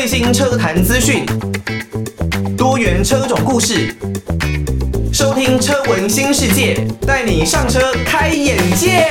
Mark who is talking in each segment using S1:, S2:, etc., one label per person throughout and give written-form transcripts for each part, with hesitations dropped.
S1: 新车坛资讯，多元车种故事，收听车闻新世界，带你上车开眼界。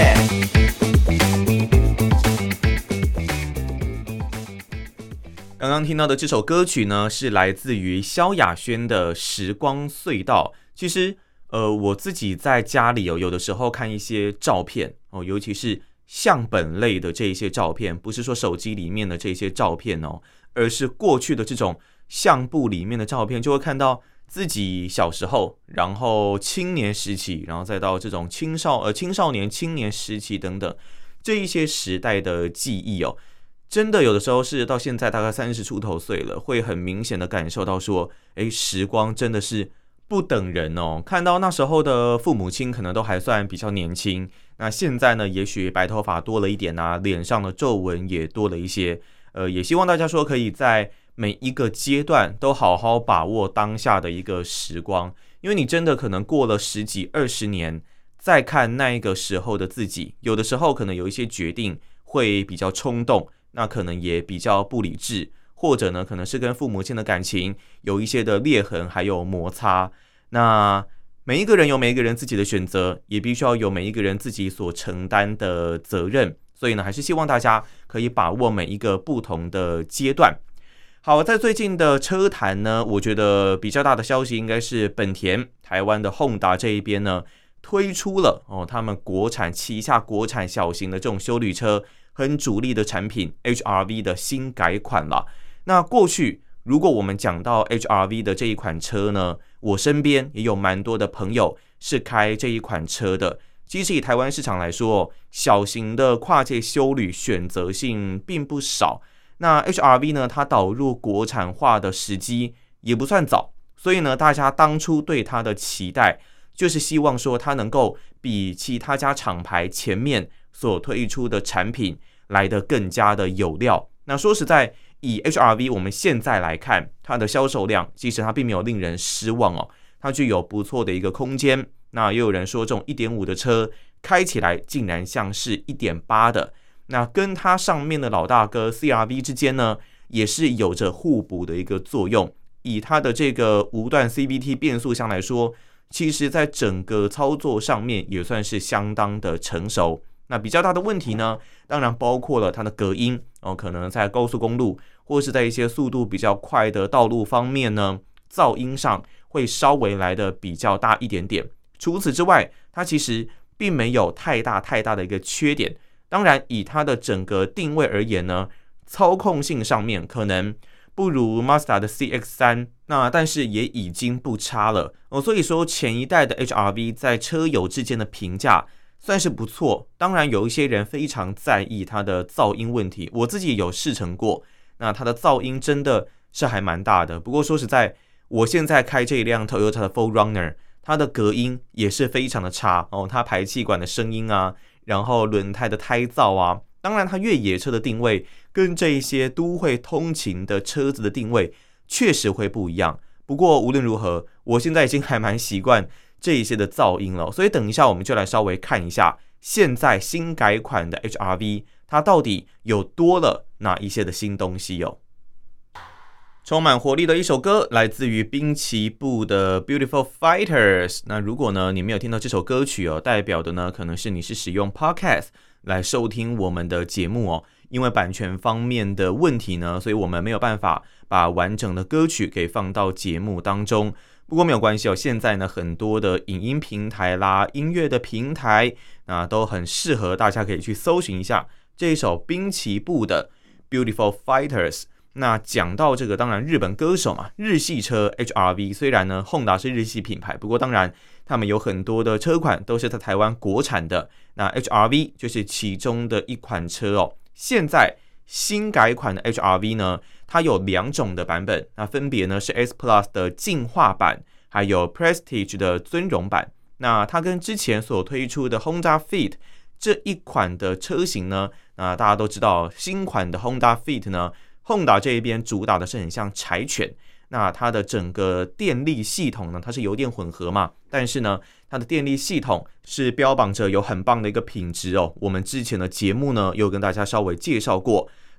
S1: 刚刚听到的这首歌曲呢，是来自于萧亚轩的《时光隧道》。其实，我自己在家里有的时候看一些照片哦，尤其是相本类的这一些照片，不是说手机里面的这些照片哦，而是过去的这种相簿里面的照片，就会看到自己小时候，然后青年时期，然后再到这种青少年、青年时期等等这一些时代的记忆哦。真的有的时候是到现在大概30出头岁了，会很明显的感受到说，时光真的是不等人哦。看到那时候的父母亲可能都还算比较年轻，那现在呢，也许白头发多了一点啊，脸上的皱纹也多了一些。也希望大家说可以在每一个阶段都好好把握当下的一个时光，因为你真的可能过了10几20年，再看那一个时候的自己，有的时候可能有一些决定会比较冲动。那可能也比较不理智，或者呢，可能是跟父母亲的感情有一些的裂痕，还有摩擦。那每一个人有每一个人自己的选择，也必须要有每一个人自己所承担的责任。所以呢，还是希望大家可以把握每一个不同的阶段。好，在最近的车坛呢，我觉得比较大的消息应该是本田台湾的 Honda 这一边呢，推出了他们旗下国产小型的这种休旅车。很主力的产品 HRV 的新改款啦。那过去如果我们讲到 HRV 的这一款车呢，我身边也有蛮多的朋友是开这一款车的。其实以台湾市场来说，小型的跨界休旅选择性并不少。那 HRV 呢，它导入国产化的时机也不算早，所以呢，大家当初对它的期待就是希望说它能够比其他家厂牌前面所推出的产品来得更加的有料。那说实在，以 HRV 我们现在来看，它的销售量其实它并没有令人失望哦，它具有不错的一个空间。那也有人说，这种 1.5 的车开起来竟然像是 1.8 的，那跟它上面的老大哥 CRV 之间呢，也是有着互补的一个作用。以它的这个无段 CVT 变速箱来说，其实在整个操作上面也算是相当的成熟。那比较大的问题呢，当然包括了它的隔音可能在高速公路或是在一些速度比较快的道路方面呢，噪音上会稍微来的比较大一点点。除此之外，它其实并没有太大的一个缺点。当然，以它的整个定位而言呢，操控性上面可能不如 Mazda 的 CX-3， 那但是也已经不差了所以说前一代的 HRV 在车友之间的评价算是不错。当然有一些人非常在意它的噪音问题，我自己有试乘过，那它的噪音真的是还蛮大的。不过说实在，我现在开这一辆 Toyota 的 4Runner， 它的隔音也是非常的差它排气管的声音啊，然后轮胎的胎噪啊，当然它越野车的定位跟这一些都会通勤的车子的定位确实会不一样。不过无论如何，我现在已经还蛮习惯这一些的噪音了，所以等一下我们就来稍微看一下现在新改款的 HRV 它到底有多了哪一些的新东西充满活力的一首歌，来自于滨崎步的 Beautiful Fighters。 那如果呢你没有听到这首歌曲代表的呢可能是你是使用 Podcast 来收听我们的节目因为版权方面的问题呢，所以我们没有办法把完整的歌曲给放到节目当中。不过没有关系现在呢很多的影音平台啦、音乐的平台都很适合大家可以去搜寻一下这一首滨崎步的 Beautiful Fighters。那讲到这个，当然日本歌手嘛，日系车 HRV， 虽然呢 Honda 是日系品牌，不过当然他们有很多的车款都是在台湾国产的，那 HRV 就是其中的一款车现在新改款的 HRV 呢，它有2种的版本，那分别呢是 S Plus 的进化版，还有 Prestige 的尊荣版。那它跟之前所推出的 Honda Fit 这一款的车型呢，那大家都知道新款的 Honda Fit 呢，Honda 这一边主打的是很像柴犬，那它的整个电力系统呢，它是油电混合嘛，但是呢，它的电力系统是标榜着有很棒的一个品质我们之前的节目呢，有跟大家稍微介绍过。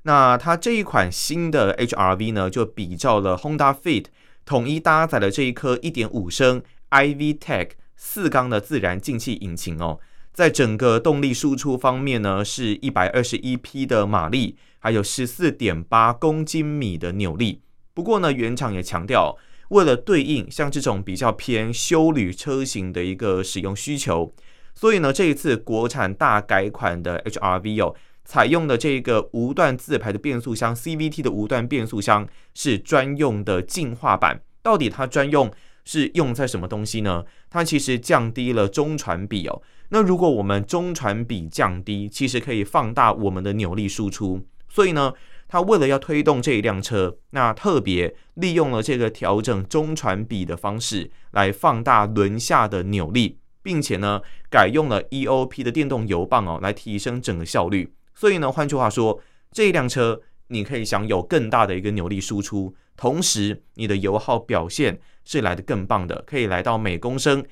S1: 那它这一款新的 HR-V 呢，就比照了 Honda Fit， 统一搭载了这一颗 1.5 升 iVTEC 4缸的自然进气引擎哦。在整个动力输出方面呢，是121匹的马力，还有 14.8 公斤米的扭力。不过呢，原厂也强调，为了对应像这种比较偏休旅车型的一个使用需求，所以呢，这一次国产大改款的 HR-V 哦，采用的这个无段自排的变速箱 CVT 的无段变速箱是专用的进化版。到底它专用是用在什么东西呢？它其实降低了中传比哦。那如果我们中传比降低，其实可以放大我们的扭力输出。所以呢，它为了要推动这一辆车，那特别利用了这个调整中传比的方式来放大轮下的扭力，并且呢，改用了 EOP 的电动油棒哦，来提升整个效率。所以呢，换句话说，这一辆车你可以享有更大的一个扭力输出，同时你的油耗表现是来得更棒的，可以来到每公升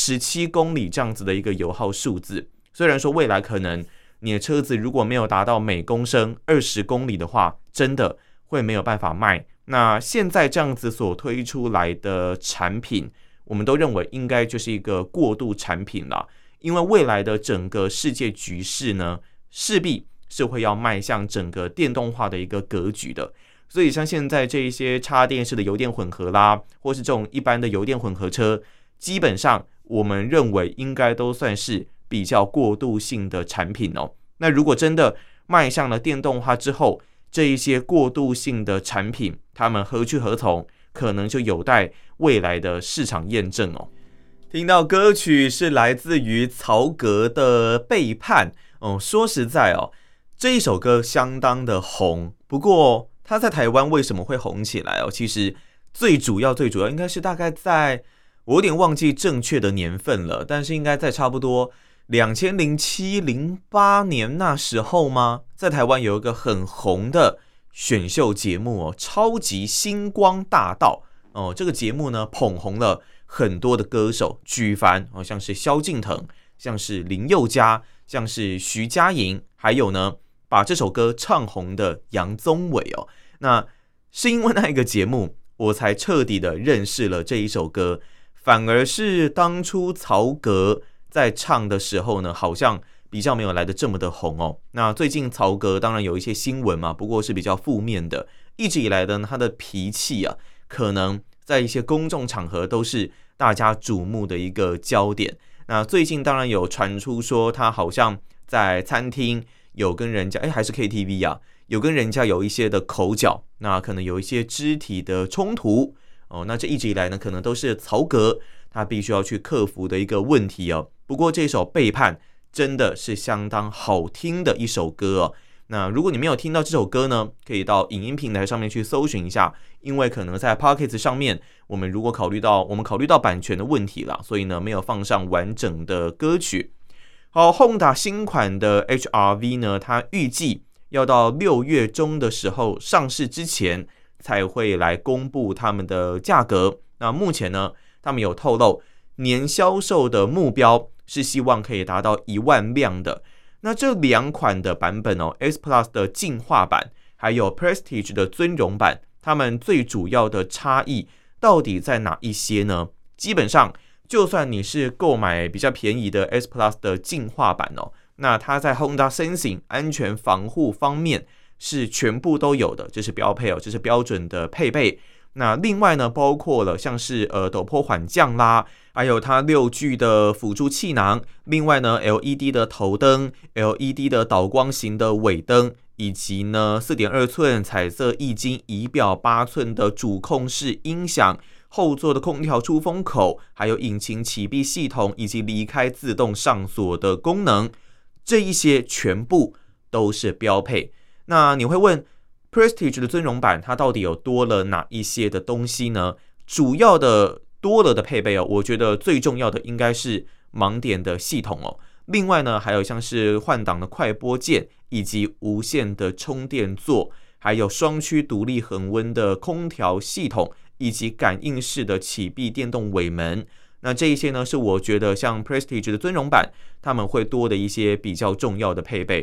S1: 17公里这样子的一个油耗数字。虽然说未来可能你的车子如果没有达到每公升20公里的话，真的会没有办法卖。那现在这样子所推出来的产品，我们都认为应该就是一个过渡产品啦，因为未来的整个世界局势呢，势必是会要迈向整个电动化的一个格局的。所以像现在这一些插电式的油电混合啦，或是这种一般的油电混合车，基本上我们认为应该都算是比较过渡性的产品哦。那如果真的迈向了电动化之后，这一些过渡性的产品，他们何去何从，可能就有待未来的市场验证哦。听到歌曲是来自于曹格的《背叛》哦，说实在哦，这一首歌相当的红，不过它在台湾为什么会红起来哦？其实最主要应该是大概在，我有点忘记正确的年份了，但是应该在差不多2007、08年那时候吗？在台湾有一个很红的选秀节目哦，超级星光大道哦，这个节目呢捧红了很多的歌手，举凡哦像是萧敬腾，像是林宥嘉，像是徐佳莹，还有呢把这首歌唱红的杨宗纬哦。那是因为那一个节目，我才彻底的认识了这一首歌，反而是当初曹格在唱的时候呢，好像比较没有来得这么的红哦。那最近曹格当然有一些新闻嘛，不过是比较负面的。一直以来的他的脾气啊，可能在一些公众场合都是大家瞩目的一个焦点。那最近当然有传出说他好像在餐厅有跟人家，还是 KTV 啊，有跟人家有一些的口角，那可能有一些肢体的冲突哦。那这一直以来呢，可能都是曹格他必须要去克服的一个问题哦。不过这首《背叛》真的是相当好听的一首歌哦。那如果你没有听到这首歌呢，可以到影音平台上面去搜寻一下，因为可能在 Podcast 上面，我们考虑到版权的问题啦，所以呢没有放上完整的歌曲。好 ，Honda 新款的 HR-V 呢，它预计要到6月中的时候上市之前才会来公布他们的价格。那目前呢，他们有透露年销售的目标是希望可以达到1万辆的。那这2款的版本哦 ，S Plus 的进化版，还有 Prestige 的尊荣版，它们最主要的差异到底在哪一些呢？基本上，就算你是购买比较便宜的 S Plus 的进化版哦，那它在 Honda Sensing 安全防护方面是全部都有的，这是标配哦，这是标准的配备。那另外呢，包括了像是陡坡缓降啦，还有它6G 的辅助气囊，另外呢 LED 的头灯、LED 的导光型的尾灯，以及呢 4.2 寸彩色液晶仪表8寸的主控式音响，后座的空调出风口，还有引擎启闭系统以及离开自动上锁的功能，这一些全部都是标配。那你会问Prestige 的尊荣版它到底有多了哪一些的东西呢？主要的多了的配备哦，我觉得最重要的应该是盲点的系统哦。另外呢，还有像是换挡的快拨键，以及无线的充电座，还有双区独立恒温的空调系统，以及感应式的启闭电动尾门。那这一些呢，是我觉得像 Prestige 的尊荣版他们会多的一些比较重要的配备。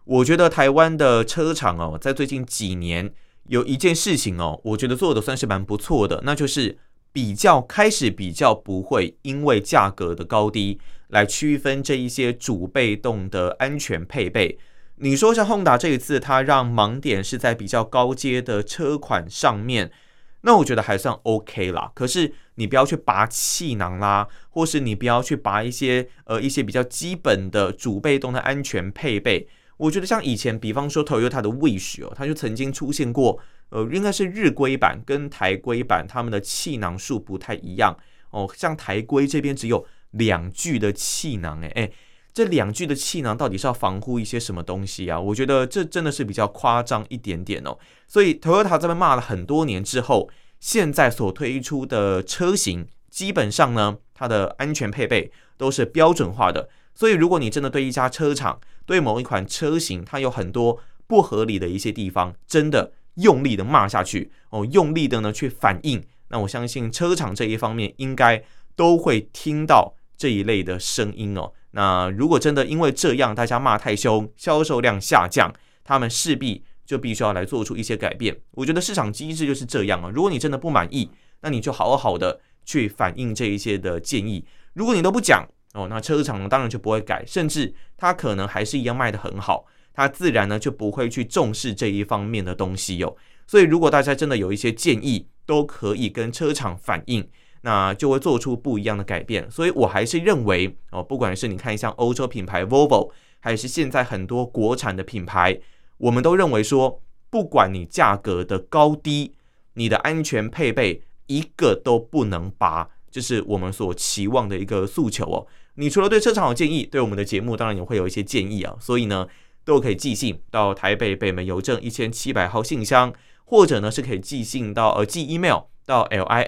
S1: 我觉得台湾的车厂哦，在最近几年有一件事情哦，我觉得做的算是蛮不错的，那就是开始比较不会因为价格的高低来区分这一些主被动的安全配备。你说像 Honda 这一次，它让盲点是在比较高阶的车款上面，那我觉得还算 OK 啦。可是你不要去拔气囊啦，或是你不要去拔一些比较基本的主被动的安全配备。我觉得像以前，比方说 Toyota 的 Wish 哦，它就曾经出现过，应该是日规版跟台规版它们的气囊数不太一样哦。像台规这边只有2具的气囊，这2具的气囊到底是要防护一些什么东西啊？我觉得这真的是比较夸张一点点哦。所以 Toyota 这边骂了很多年之后，现在所推出的车型，基本上呢，它的安全配备都是标准化的。所以如果你真的对一家车厂，对某一款车型，它有很多不合理的一些地方，真的用力的骂下去哦，用力的呢去反映，那我相信车厂这一方面应该都会听到这一类的声音哦。那如果真的因为这样大家骂太凶，销售量下降，他们势必就必须要来做出一些改变。我觉得市场机制就是这样啊。如果你真的不满意，那你就好好的去反映这一些的建议。如果你都不讲哦，那车厂呢当然就不会改，甚至他可能还是一样卖得很好，他自然呢就不会去重视这一方面的东西哦。所以如果大家真的有一些建议，都可以跟车厂反映。那就会做出不一样的改变，所以我还是认为哦，不管是你看像欧洲品牌 Volvo， 还是现在很多国产的品牌，我们都认为说，不管你价格的高低，你的安全配备一个都不能拔，这是我们所期望的一个诉求哦。你除了对车厂有建议，对我们的节目当然也会有一些建议啊，所以呢，都可以寄信到台北北门邮政1700号信箱，或者呢是可以寄信到寄 email。到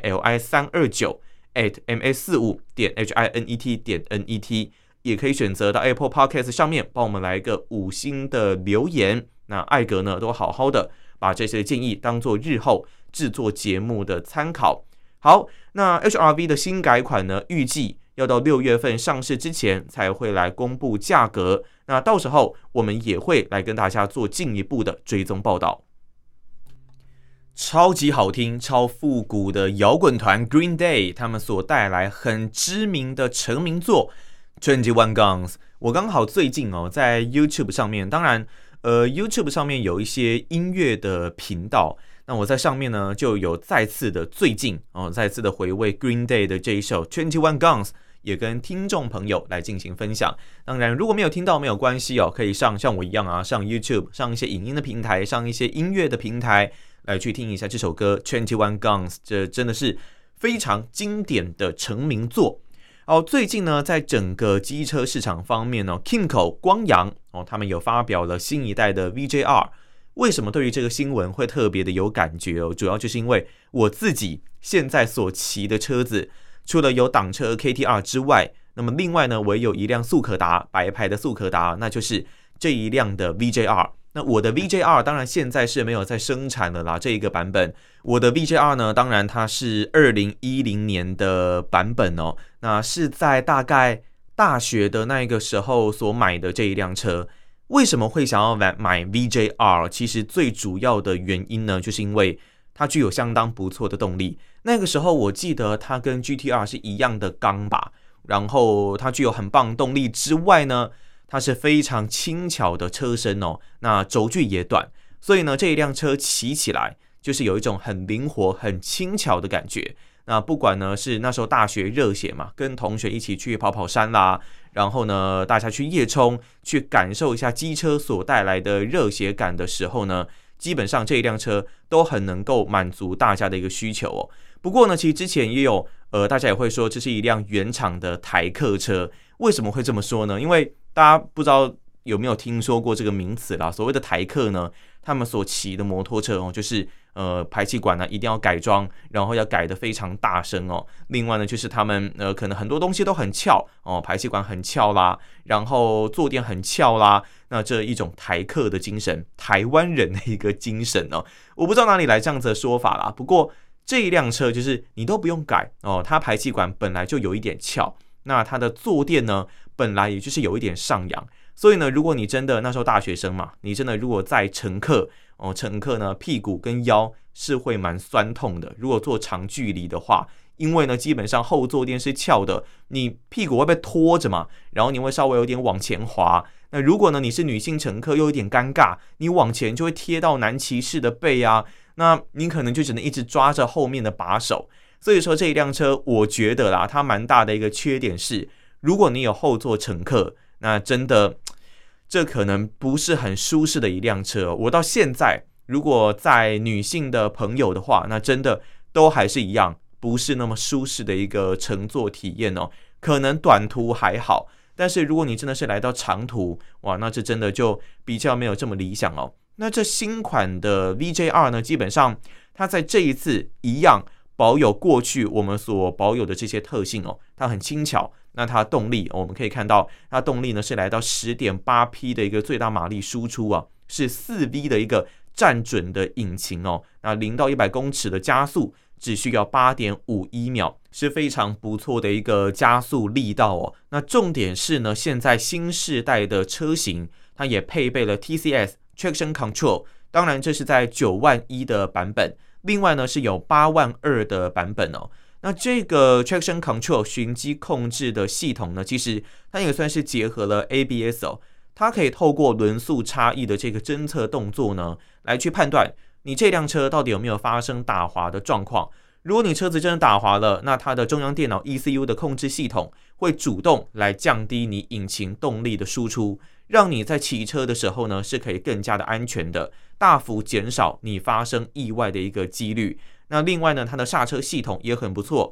S1: lili329@ms45.hinet.net， 也可以选择到 Apple Podcast 上面帮我们来一个5星的留言。那艾格呢都好好的把这些建议当做日后制作节目的参考。好，那 HRV 的新改款呢，预计要到6月份上市之前才会来公布价格。那到时候我们也会来跟大家做进一步的追踪报道。超级好听、超复古的摇滚团 Green Day， 他们所带来很知名的成名作 21 Guns。 我刚好最近在 YouTube 上面，当然YouTube 上面有一些音乐的频道，那我在上面呢就有再次的回味 Green Day 的这一首21 Guns， 也跟听众朋友来进行分享。当然如果没有听到没有关系可以像我一样啊，上 YouTube， 上一些影音的平台，上一些音乐的平台来去听一下这首歌 21 Guns， 这真的是非常经典的成名作。最近呢，在整个机车市场方面呢 ，Kymco 光阳他们有发表了新一代的 VJR。为什么对于这个新闻会特别的有感觉主要就是因为我自己现在所骑的车子，除了有挡车 KTR 之外，那么另外呢，我也有一辆速可达，白牌的速可达，那就是这一辆的 VJR。那我的 VJR 当然现在是没有在生产了啦，这一个版本。我的 VJR 呢，当然它是2010年的版本那是在大概大学的那个时候所买的这一辆车。为什么会想要买 VJR？ 其实最主要的原因呢，就是因为它具有相当不错的动力。那个时候我记得它跟 GTR 是一样的缸吧，然后它具有很棒的动力之外呢，它是非常轻巧的车身那轴距也短，所以呢这一辆车骑起来就是有一种很灵活很轻巧的感觉。那不管呢是那时候大学热血嘛，跟同学一起去跑山啦，然后呢大家去夜冲，去感受一下机车所带来的热血感的时候呢，基本上这一辆车都很能够满足大家的一个需求不过呢，其实之前也有大家也会说这是一辆原厂的台客车。为什么会这么说呢？因为大家不知道有没有听说过这个名词啦。所谓的台客呢，他们所骑的摩托车就是排气管呢一定要改装，然后要改得非常大声另外呢，就是他们可能很多东西都很翘排气管很翘啦，然后坐垫很翘啦。那这一种台客的精神，台湾人的一个精神我不知道哪里来这样子的说法啦。不过这一辆车就是你都不用改它排气管本来就有一点翘，那它的坐垫呢本来也就是有一点上扬，所以呢，如果你真的那时候大学生嘛，你真的如果在乘客呢屁股跟腰是会蛮酸痛的，如果做长距离的话，因为呢基本上后坐垫是翘的，你屁股会被拖着嘛，然后你会稍微有点往前滑。那如果呢你是女性乘客又有点尴尬，你往前就会贴到男骑士的背啊，那你可能就只能一直抓着后面的把手。所以说这一辆车我觉得啦，它蛮大的一个缺点是，如果你有后座乘客，那真的这可能不是很舒适的一辆车。我到现在如果在女性的朋友的话，那真的都还是一样不是那么舒适的一个乘坐体验哦。可能短途还好，但是如果你真的是来到长途，哇，那这真的就比较没有这么理想哦。那这新款的 VJR 呢，基本上它在这一次一样保有过去我们所保有的这些特性哦，它很轻巧。那它的动力，我们可以看到，它动力呢是来到 10.8 匹的一个最大马力输出啊，是 4V 的一个战准的引擎哦。那0到100公尺的加速只需要 8.51 秒，是非常不错的一个加速力道哦。那重点是呢，现在新世代的车型，它也配备了 TCS Traction Control， 当然这是在91000的版本。另外呢是有82000的版本哦。那这个 Traction Control 循迹控制的系统呢，其实它也算是结合了 ABS 哦，它可以透过轮速差异的这个侦测动作呢，来去判断你这辆车到底有没有发生打滑的状况。如果你车子真的打滑了，那它的中央电脑 ECU 的控制系统会主动来降低你引擎动力的输出，让你在骑车的时候呢是可以更加的安全的，大幅减少你发生意外的一个几率。那另外呢，它的刹车系统也很不错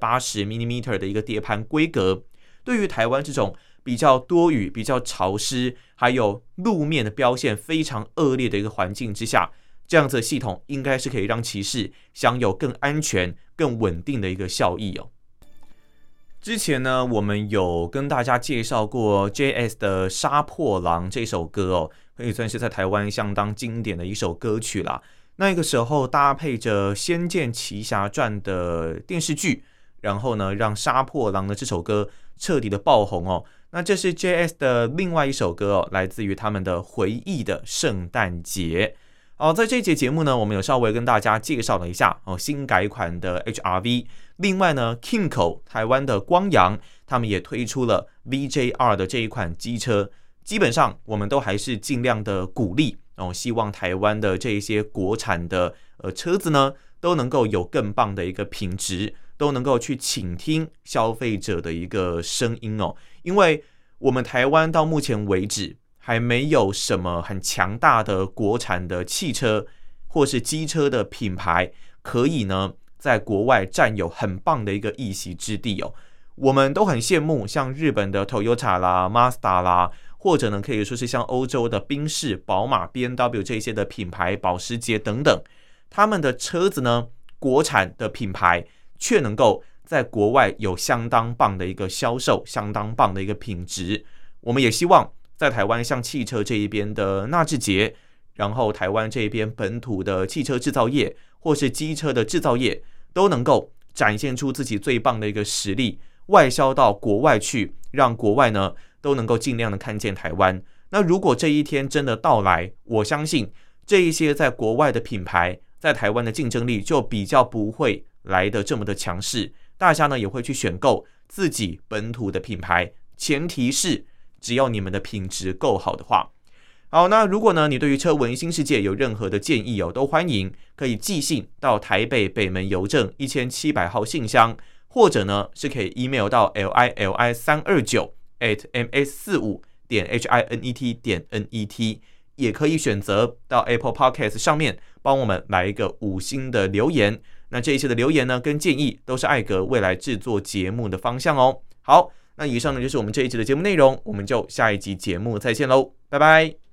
S1: ，180mm 的一个碟盘规格，对于台湾这种比较多雨、比较潮湿，还有路面的标线非常恶劣的一个环境之下，这样子的系统应该是可以让骑士享有更安全、更稳定的一个效益哦。之前呢，我们有跟大家介绍过 JS 的《杀破狼》这首歌哦，可以算是在台湾相当经典的一首歌曲啦。那个时候搭配着《仙剑奇侠传》的电视剧，然后呢，让《杀破狼》的这首歌彻底的爆红哦。那这是 JS 的另外一首歌哦，来自于他们的《回忆的圣诞节》。在这一节节目呢，我们有稍微跟大家介绍了一下新改款的 HRV。另外呢 ，Kymco 台湾的光阳，他们也推出了 VJR 的这一款机车。基本上我们都还是尽量的鼓励希望台湾的这一些国产的车子呢，都能够有更棒的一个品质，都能够去倾听消费者的一个声音哦。因为我们台湾到目前为止还没有什么很强大的国产的汽车或是机车的品牌，可以呢在国外占有很棒的一个一席之地哦。我们都很羡慕像日本的 Toyota 啦、Mazda 啦，或者呢可以说是像欧洲的宾士、宝马、BMW 这些的品牌，保时捷等等，他们的车子呢，国产的品牌却能够在国外有相当棒的一个销售，相当棒的一个品质。我们也希望在台湾像汽车这一边的纳智捷，然后台湾这边本土的汽车制造业或是机车的制造业，都能够展现出自己最棒的一个实力，外销到国外去，让国外呢都能够尽量的看见台湾。那如果这一天真的到来，我相信这一些在国外的品牌在台湾的竞争力就比较不会来得这么的强势，大家呢也会去选购自己本土的品牌，前提是只要你们的品质够好的话。好，那如果呢你对于车闻新世界有任何的建议都欢迎可以寄信到台北北门邮政1700号信箱，或者呢是可以 email 到 lili329@ms45.hinet.net， 也可以选择到 Apple Podcast 上面帮我们来一个5星的留言。那这一些的留言呢跟建议都是艾格未来制作节目的方向哦。好，那以上呢就是我们这一集的节目内容，我们就下一集节目再见喽，拜拜。